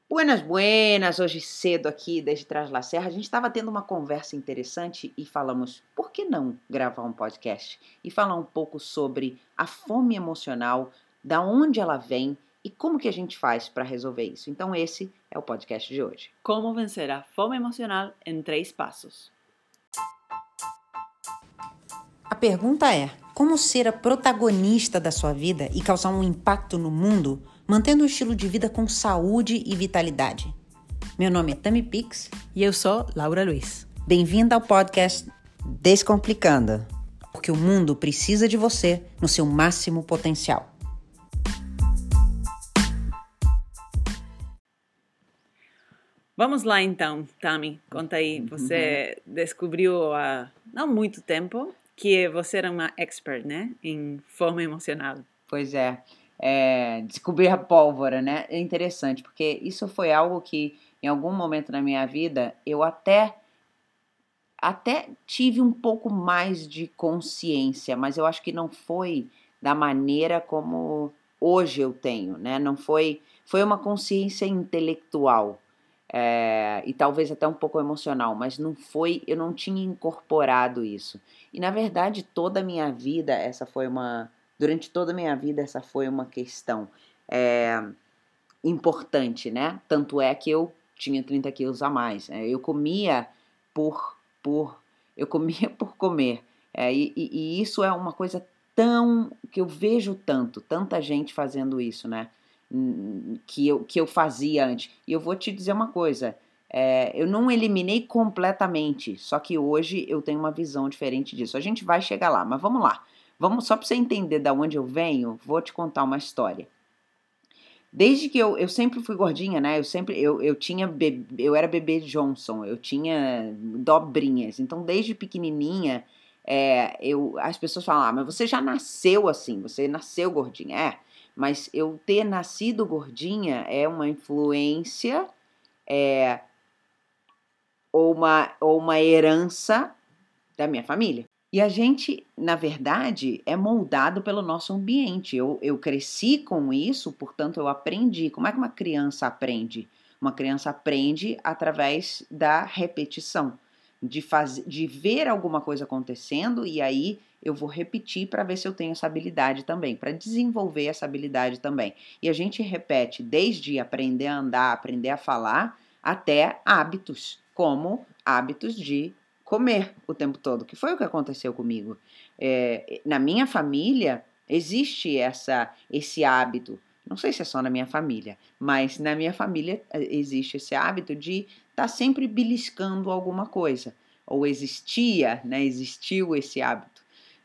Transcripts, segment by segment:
Buenas, buenas! Hoje cedo aqui, desde Trás da Serra, a gente estava tendo uma conversa interessante e falamos, por que não gravar um podcast? E falar um pouco sobre a fome emocional, da onde ela vem e como que a gente faz para resolver isso. Então esse é o podcast de hoje. Como vencer a fome emocional em 3 passos. A pergunta é: como ser a protagonista da sua vida e causar um impacto no mundo, mantendo um estilo de vida com saúde e vitalidade? Meu nome é Tami Pix. E eu sou Laura Luiz. Bem-vinda ao podcast Descomplicando, porque o mundo precisa de você no seu máximo potencial. Vamos lá então, Tami, conta aí. Você descobriu há não muito tempo que você era uma expert, né, em fome emocional. Pois é, descobrir a pólvora, né? É interessante, porque isso foi algo que em algum momento na minha vida eu até tive um pouco mais de consciência, mas eu acho que não foi da maneira como hoje eu tenho, né? Não foi, foi uma consciência intelectual, e talvez até um pouco emocional, mas não foi, eu não tinha incorporado isso. E na verdade, toda a minha vida, durante toda a minha vida, essa foi uma questão importante, né? Tanto é que eu tinha 30 quilos a mais. Eu comia por eu comia por comer. E isso é uma coisa tão que eu vejo tanta gente fazendo isso, né? Que eu fazia antes. E eu vou te dizer uma coisa. Eu não eliminei completamente, só que hoje eu tenho uma visão diferente disso. A gente vai chegar lá, mas vamos lá. Vamos só para você entender de onde eu venho, vou te contar uma história. Desde que eu sempre fui gordinha, né? Eu era bebê Johnson, eu tinha dobrinhas. Então, desde pequenininha, as pessoas falam, mas você já nasceu assim, você nasceu gordinha. Mas eu ter nascido gordinha é uma influência, ou uma herança da minha família. E a gente, na verdade, é moldado pelo nosso ambiente. Eu cresci com isso, portanto, eu aprendi. Como é que uma criança aprende? Uma criança aprende através da repetição, de ver alguma coisa acontecendo e aí eu vou repetir para ver se eu tenho essa habilidade também, para desenvolver essa habilidade também. E a gente repete desde aprender a andar, aprender a falar, até hábitos, como hábitos de comer o tempo todo, que foi o que aconteceu comigo. Na minha família existe esse hábito, não sei se é só na minha família, mas na minha família existe esse hábito de estar sempre beliscando alguma coisa, ou existiu esse hábito.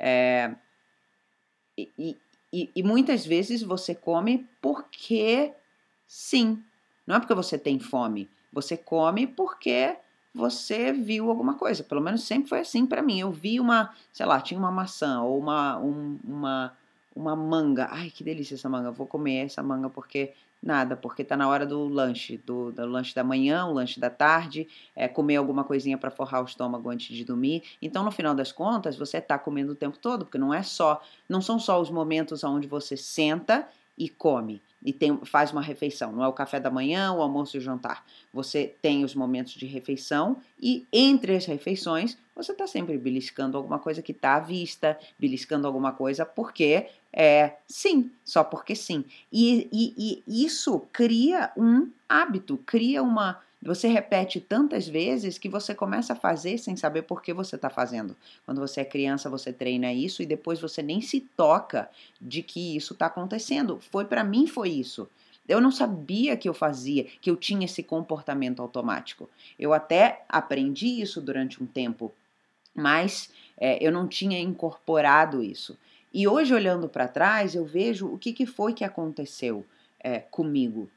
E muitas vezes você come porque sim, não é porque você tem fome, você come porque você viu alguma coisa. Pelo menos sempre foi assim para mim. Eu vi tinha uma maçã ou uma manga. Ai, que delícia essa manga. Vou comer essa manga porque tá na hora do lanche, do lanche da manhã, o lanche da tarde, comer alguma coisinha para forrar o estômago antes de dormir. Então, no final das contas, você tá comendo o tempo todo, porque não são só os momentos onde você senta e come e faz uma refeição. Não é o café da manhã, o almoço e o jantar. Você tem os momentos de refeição e entre as refeições você está sempre beliscando alguma coisa que está à vista, beliscando alguma coisa porque sim, só porque sim. E isso cria um hábito, você repete tantas vezes que você começa a fazer sem saber por que você está fazendo. Quando você é criança, você treina isso e depois você nem se toca de que isso está acontecendo. Para mim foi isso. Eu não sabia que eu fazia, que eu tinha esse comportamento automático. Eu até aprendi isso durante um tempo, mas eu não tinha incorporado isso. E hoje, olhando para trás, eu vejo o que foi que aconteceu comigo.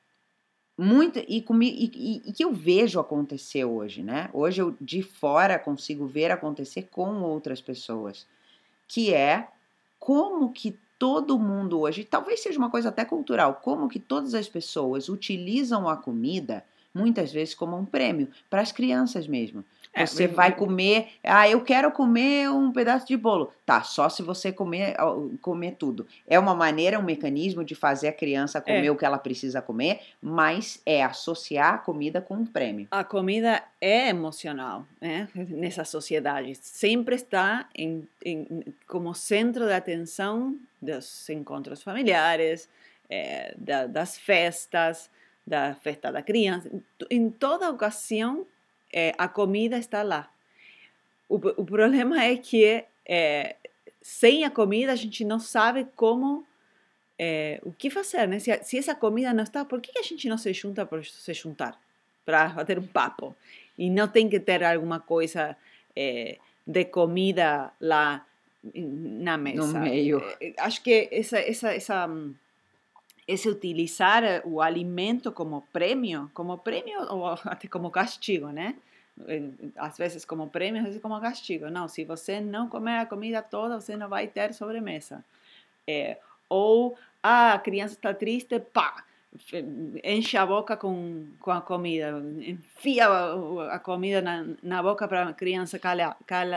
E que eu vejo acontecer hoje, né? Hoje eu de fora consigo ver acontecer com outras pessoas, que é como que todo mundo hoje, talvez seja uma coisa até cultural, como que todas as pessoas utilizam a comida muitas vezes como um prêmio, para as crianças mesmo. Você vai comer, eu quero comer um pedaço de bolo. Tá, só se você comer tudo. É uma maneira, um mecanismo de fazer a criança comer o que ela precisa comer, mas é associar a comida com um prêmio. A comida é emocional, né? Nessa sociedade. Sempre está como centro de atenção dos encontros familiares, das festas, da festa da criança. Em toda ocasião, a comida está lá. O problema é que sem a comida a gente não sabe como, o que fazer, né? Se essa comida não está, por que a gente não se junta por se juntar? Para bater um papo. E não tem que ter alguma coisa de comida lá na mesa. No meio. Acho que esse utilizar o alimento como prêmio ou até como castigo, né? Às vezes como prêmio, às vezes como castigo. Não, se você não comer a comida toda, você não vai ter sobremesa. Ou a criança está triste, pá, enche a boca com a comida, enfia a comida na boca para a criança calhar.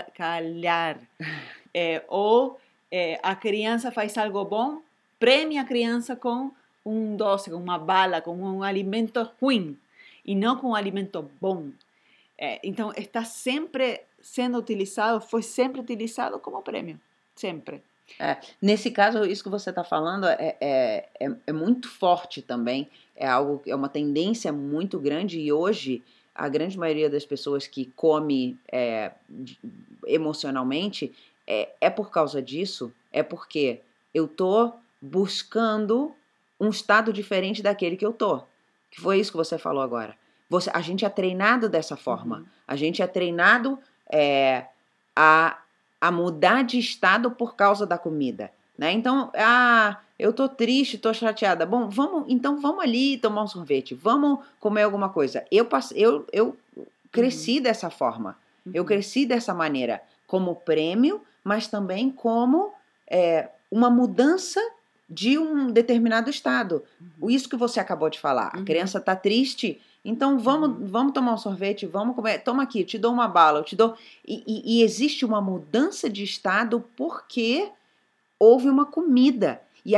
Ou a criança faz algo bom, premia a criança com um doce, com uma bala, com um alimento ruim, e não com um alimento bom. Então, está sempre sendo utilizado, foi sempre utilizado como prêmio, sempre. Nesse caso, isso que você está falando é muito forte também, é uma tendência muito grande, e hoje a grande maioria das pessoas que come emocionalmente é por causa disso, é porque eu tô buscando um estado diferente daquele que eu tô, que foi isso que você falou agora. A gente é treinado dessa forma, a gente é treinado a mudar de estado por causa da comida, né? Então, eu tô triste, tô chateada. Bom, vamos ali tomar um sorvete, vamos comer alguma coisa. Eu cresci dessa forma, eu cresci dessa maneira, como prêmio, mas também como uma mudança de um determinado estado. Isso que você acabou de falar, a criança tá triste, então vamos tomar um sorvete, vamos comer, toma aqui, eu te dou uma bala, eu te dou... E existe uma mudança de estado porque houve uma comida. E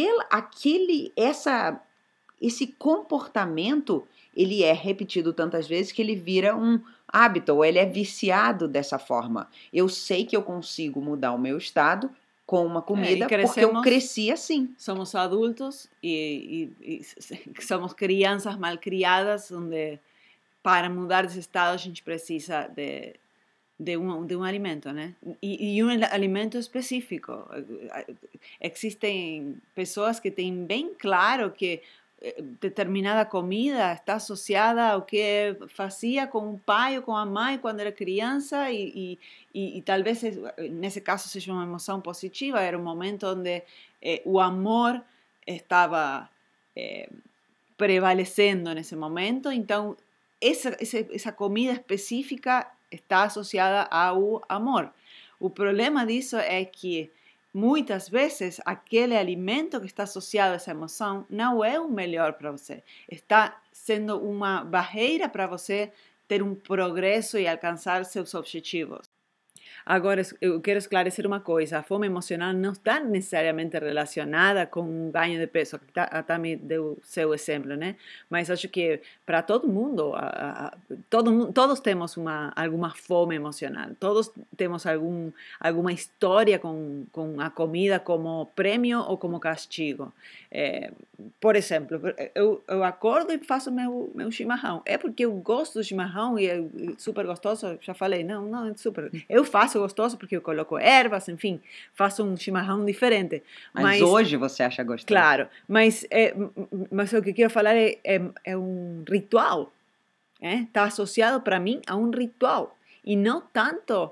esse comportamento, ele é repetido tantas vezes que ele vira um hábito, ou ele é viciado dessa forma. Eu sei que eu consigo mudar o meu estado com uma comida, porque eu cresci assim. Somos adultos e somos crianças mal criadas, onde para mudar esse estado a gente precisa de um alimento, né? E um alimento específico. Existem pessoas que têm bem claro que determinada comida está associada ao que fazia com o pai ou com a mãe quando era criança e talvez nesse caso seja uma emoção positiva, era um momento onde o amor estava prevalecendo nesse momento, então essa comida específica está associada ao amor. O problema disso é que muitas vezes aquele alimento que está associado a essa emoção não é o melhor para você. Está sendo uma barreira para você ter um progresso e alcançar seus objetivos. Agora, eu quero esclarecer uma coisa. A fome emocional não está necessariamente relacionada com um ganho de peso. A Tami deu seu exemplo, né? Mas acho que para todo mundo, todos temos alguma fome emocional. Todos temos alguma história com a comida como prêmio ou como castigo. Por exemplo, eu acordo e faço meu chimarrão. É porque eu gosto do chimarrão e é super gostoso. Já falei, não é super. Eu faço gostoso porque eu coloco ervas, enfim, faço um chimarrão diferente. Mas hoje você acha gostoso? Claro, mas o que eu quero falar é um ritual. Está associado para mim a um ritual e não tanto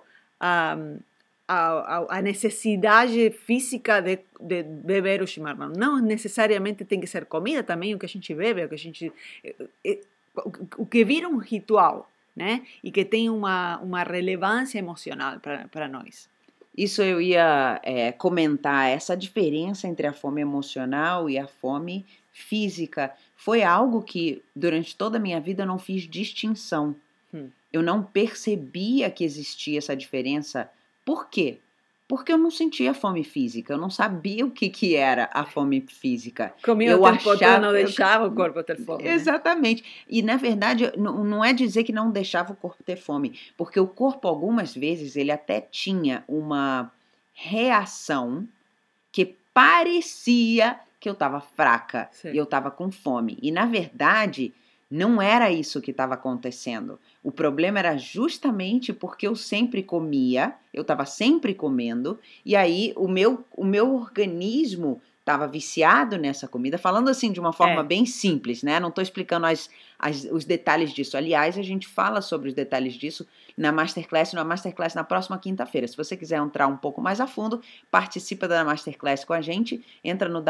a necessidade física de beber o chimarrão. Não necessariamente tem que ser comida também, o que a gente bebe, o que vira um ritual, né? E que tem uma relevância emocional para nós. Isso eu ia comentar, essa diferença entre a fome emocional e a fome física, foi algo que durante toda a minha vida eu não fiz distinção. Eu não percebia que existia essa diferença. Por quê? Porque eu não sentia fome física, eu não sabia o que era a fome física. Comia o tempo todo, não deixava o corpo ter fome. Exatamente. Né? E, na verdade, não é dizer que não deixava o corpo ter fome, porque o corpo, algumas vezes, ele até tinha uma reação que parecia que eu estava fraca. Sim. E eu estava com fome. E, na verdade, não era isso que estava acontecendo. O problema era justamente porque eu sempre comia, eu estava sempre comendo, e aí o meu organismo estava viciado nessa comida, falando assim de uma forma bem simples, né? Não estou explicando os detalhes disso. Aliás, a gente fala sobre os detalhes disso na Masterclass na próxima quinta-feira. Se você quiser entrar um pouco mais a fundo, participa da Masterclass com a gente, entra no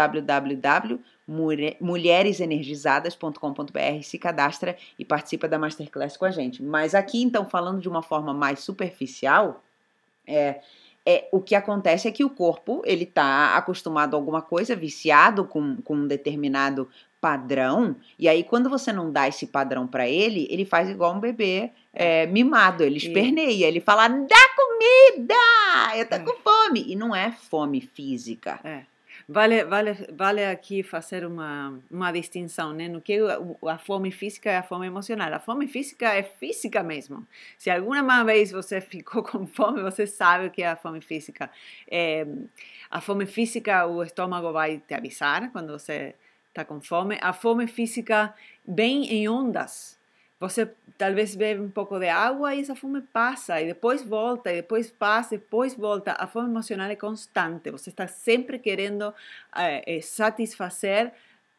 www.mulheresenergizadas.com.br, se cadastra e participa da Masterclass com a gente. Mas aqui, então, falando de uma forma mais superficial, o que acontece é que o corpo, ele está acostumado a alguma coisa, viciado com um determinado padrão, e aí quando você não dá esse padrão para ele, ele faz igual um bebê mimado, ele esperneia, ele fala, dá comida, eu tô com fome, e não é fome física. Vale aqui fazer uma distinção, né? No que a fome física e a fome emocional. A fome física é física mesmo. Se alguma vez você ficou com fome, você sabe o que é a fome física. A fome física, o estômago vai te avisar quando você está com fome. A fome física vem em ondas. Você talvez bebe um pouco de água e essa fome passa, e depois volta, e depois passa, e depois volta. A fome emocional é constante. Você está sempre querendo satisfazer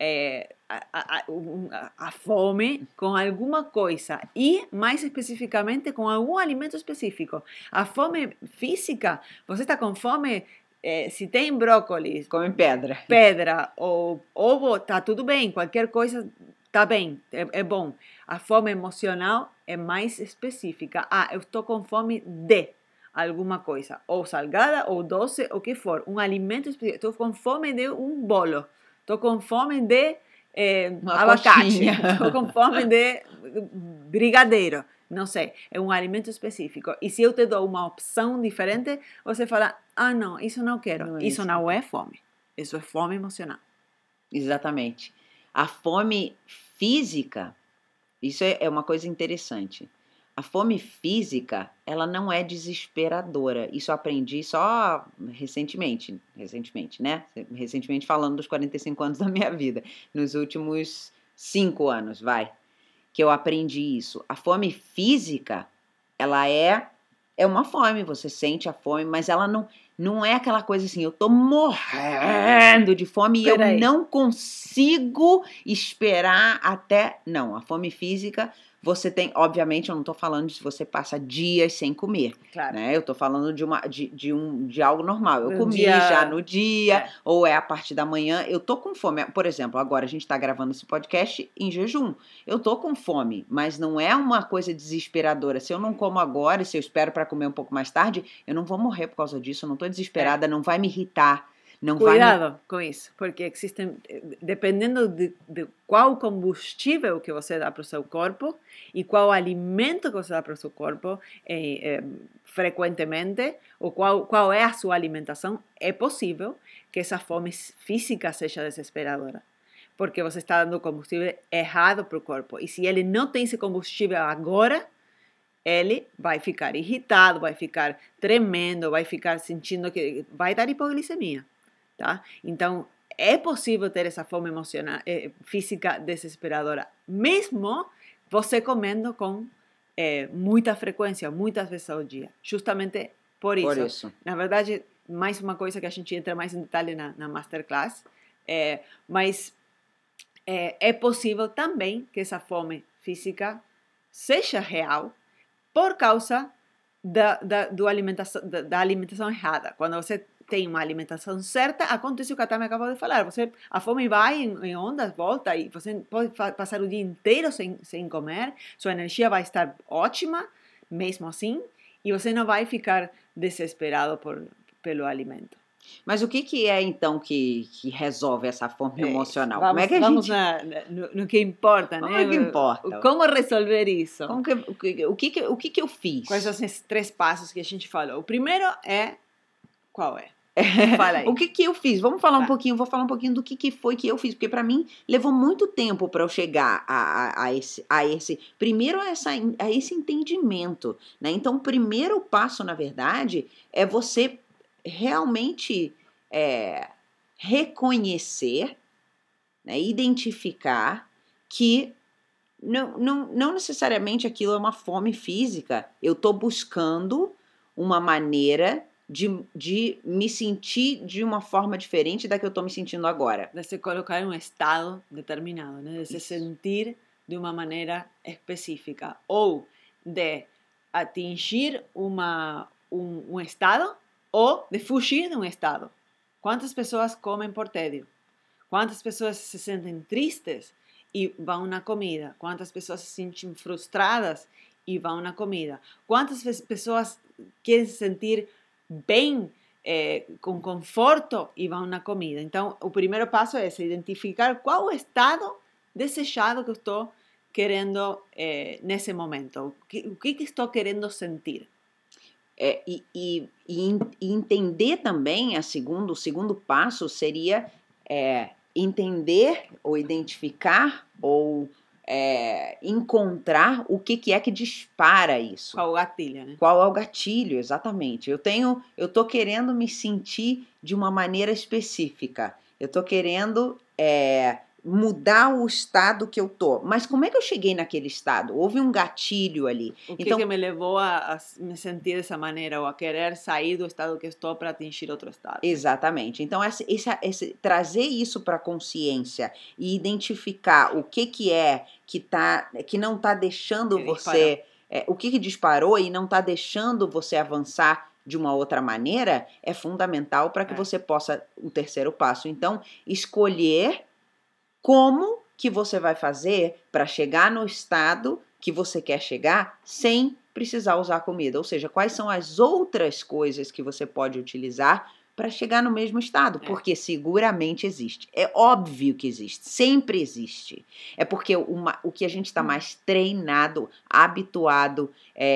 a fome com alguma coisa. E, mais especificamente, com algum alimento específico. A fome física, você está com fome... se tem brócolis... Come pedra. Pedra ou ovo, tá tudo bem. Qualquer coisa... Tá bem, é bom. A fome emocional é mais específica. Eu estou com fome de alguma coisa. Ou salgada, ou doce, o que for. Um alimento específico. Estou com fome de um bolo. Estou com fome de abacate. Estou com fome de brigadeiro. Não sei. É um alimento específico. E se eu te dou uma opção diferente, você fala, não, isso não quero. Não isso não é fome. Isso é fome emocional. Exatamente. A fome física, isso é uma coisa interessante. A fome física, ela não é desesperadora. Isso eu aprendi só recentemente, né? Recentemente falando dos 45 anos da minha vida. Nos últimos 5 anos, que eu aprendi isso. A fome física, ela é uma fome, você sente a fome, mas ela não é aquela coisa assim, eu tô morrendo de fome e eu não consigo esperar até... Não, a fome física, você tem... Obviamente, eu não tô falando de se você passa dias sem comer. Claro. Né? Eu tô falando de algo normal. Eu comi já no dia, ou a partir da manhã. Eu tô com fome. Por exemplo, agora a gente tá gravando esse podcast em jejum. Eu tô com fome, mas não é uma coisa desesperadora. Se eu não como agora, se eu espero para comer um pouco mais tarde, eu não vou morrer por causa disso. Eu não tô desesperada, não vai me irritar. Cuidado com isso, porque existem, dependendo de qual combustível que você dá para o seu corpo e qual alimento que você dá para o seu corpo frequentemente, ou qual é a sua alimentação, é possível que essa fome física seja desesperadora, porque você está dando combustível errado para o corpo. E se ele não tem esse combustível agora, ele vai ficar irritado, vai ficar tremendo, vai ficar sentindo que vai dar hipoglicemia. Tá? Então, é possível ter essa fome emocional, física desesperadora, mesmo você comendo com muita frequência, muitas vezes ao dia. Justamente por isso. Na verdade, mais uma coisa que a gente entra mais em detalhe na Masterclass, mas é possível também que essa fome física seja real por causa da alimentação errada. Quando você tem uma alimentação certa, acontece o que a Tami acabou de falar. A fome vai em ondas, volta, e você pode passar o dia inteiro sem comer, sua energia vai estar ótima, mesmo assim, e você não vai ficar desesperado pelo alimento. Mas o que é, então, que resolve essa fome emocional? Vamos, Como é que a vamos gente... no que importa, Como né? é que importa? Como resolver isso? O que eu fiz? Quais são esses 3 passos que a gente falou? O primeiro é... Qual é? Fala aí. O que eu fiz? Vou falar um pouquinho do que foi que eu fiz, porque para mim levou muito tempo para eu chegar a esse primeiro a esse entendimento, né? Então, o primeiro passo, na verdade, é você realmente reconhecer, né, identificar que não necessariamente aquilo é uma fome física. Eu estou buscando uma maneira de me sentir de uma forma diferente da que eu estou me sentindo agora. De se colocar em um estado determinado, né? De se sentir de uma maneira específica. Ou de atingir um estado ou de fugir de um estado. Quantas pessoas comem por tédio? Quantas pessoas se sentem tristes e vão na comida? Quantas pessoas se sentem frustradas e vão na comida? Quantas pessoas querem se sentir bem, com conforto e vão na comida? Então, o primeiro passo é esse, identificar qual o estado desejado que eu estou querendo nesse momento. O que estou querendo sentir? E entender também, o segundo passo seria entender ou identificar ou encontrar o que é que dispara isso. Qual o gatilho, né? Qual é o gatilho, exatamente. Eu tô querendo me sentir de uma maneira específica. Eu tô querendo mudar o estado que eu tô. Mas como é que eu cheguei naquele estado? Houve um gatilho ali. O que me levou a me sentir dessa maneira ou a querer sair do estado que estou para atingir outro estado? Exatamente. Então, trazer isso para a consciência e identificar o que é que não está deixando você... o que disparou e não está deixando você avançar de uma outra maneira é fundamental para que você possa... O terceiro passo. Então, escolher como que você vai fazer para chegar no estado que você quer chegar sem precisar usar comida. Ou seja, quais são as outras coisas que você pode utilizar para chegar no mesmo estado, porque seguramente existe. É óbvio que existe, sempre existe. É porque o que a gente está mais treinado, habituado,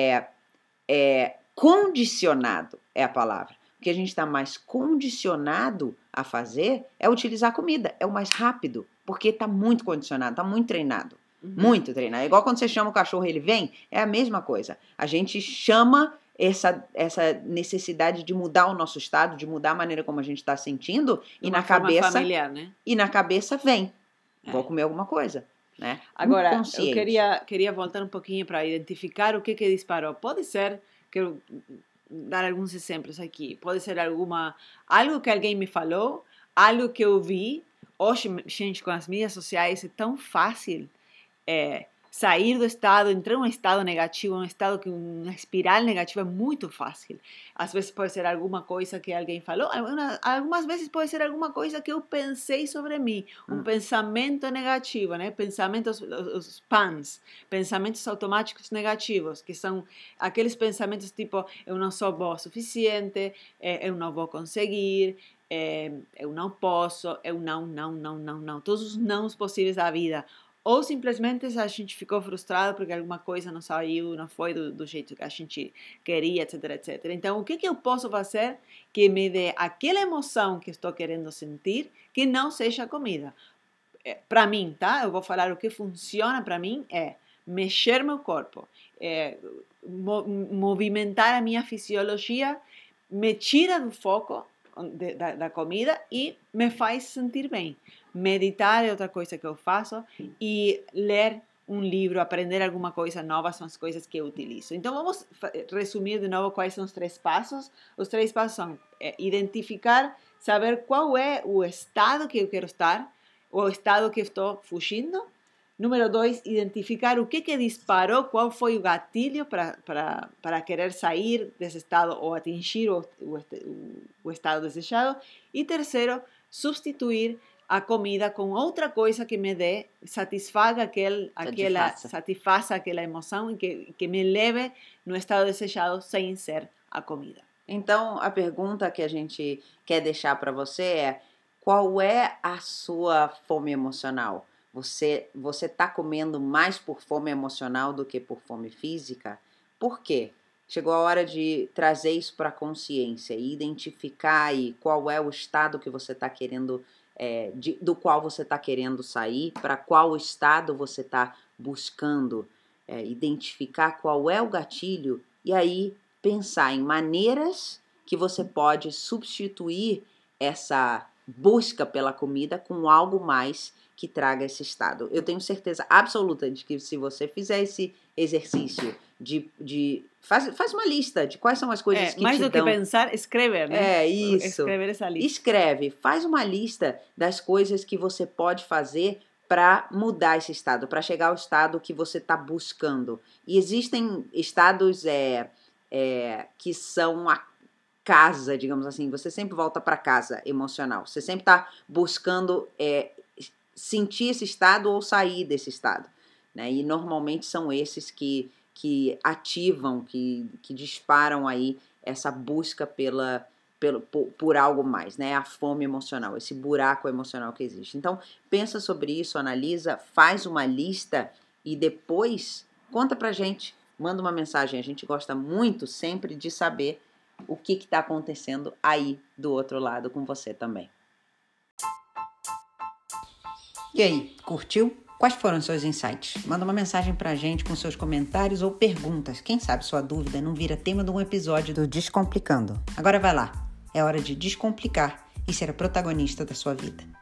condicionado é a palavra. O que a gente está mais condicionado a fazer é utilizar comida, é o mais rápido, porque está muito condicionado, está muito treinado. Muito treinado. É igual quando você chama o cachorro e ele vem, é a mesma coisa. A gente chama essa necessidade de mudar o nosso estado, de mudar a maneira como a gente está sentindo, e na cabeça familiar, né? E na cabeça vem, vou comer alguma coisa, né? Agora, eu queria voltar um pouquinho para identificar o que disparou. Pode ser, quero dar alguns exemplos aqui, pode ser algo que alguém me falou, algo que eu vi. Hoje, gente, com as mídias sociais é tão fácil sair do estado, entrar em um estado negativo, um estado que uma espiral negativa é muito fácil. Às vezes pode ser alguma coisa que alguém falou, algumas vezes pode ser alguma coisa que eu pensei sobre mim, um pensamento negativo, né? Pensamentos, os PANs, pensamentos automáticos negativos, que são aqueles pensamentos tipo, eu não sou boa o suficiente, eu não vou conseguir, eu não posso, eu não, todos os nãos possíveis da vida. Ou simplesmente a gente ficou frustrado porque alguma coisa não saiu, não foi do jeito que a gente queria, etc, etc. Então, o que eu posso fazer que me dê aquela emoção que estou querendo sentir, que não seja comida? Para mim, tá? Eu vou falar o que funciona para mim é mexer meu corpo, movimentar a minha fisiologia, me tira do foco da comida e me faz sentir bem. Meditar é outra coisa que eu faço e ler um livro, aprender alguma coisa nova são as coisas que eu utilizo. Então vamos resumir de novo quais são os 3 passos. Os 3 passos são identificar, saber qual é o estado que eu quero estar, o estado que estou fugindo. Número 2, identificar o que disparou, qual foi o gatilho para querer sair desse estado ou atingir o estado desejado. E terceiro, substituir a comida com outra coisa que me dê, satisfaça aquela emoção e que me leve no estado desejado sem ser a comida. Então, a pergunta que a gente quer deixar para você é: qual é a sua fome emocional? Você está comendo mais por fome emocional do que por fome física? Por quê? Chegou a hora de trazer isso para a consciência e identificar aí qual é o estado que você está querendo, do qual você está querendo sair, para qual estado você está buscando, identificar qual é o gatilho e aí pensar em maneiras que você pode substituir essa busca pela comida com algo mais que traga esse estado. Eu tenho certeza absoluta de que se você fizer esse exercício faz uma lista de quais são as coisas que mais te do dão... que pensar, escrever, né? Isso. Escrever essa lista. Escreve, faz uma lista das coisas que você pode fazer para mudar esse estado, para chegar ao estado que você está buscando. E existem estados que são a casa, digamos assim. Você sempre volta para casa emocional. Você sempre está buscando sentir esse estado ou sair desse estado, né? E normalmente são esses que ativam, que disparam aí essa busca por algo mais, né? A fome emocional, esse buraco emocional que existe. Então, pensa sobre isso, analisa, faz uma lista e depois conta pra gente, manda uma mensagem. A gente gosta muito sempre de saber o que está acontecendo aí do outro lado com você também. E aí, curtiu? Quais foram os seus insights? Manda uma mensagem pra gente com seus comentários ou perguntas. Quem sabe sua dúvida não vira tema de um episódio do Descomplicando. Agora vai lá, é hora de descomplicar e ser a protagonista da sua vida.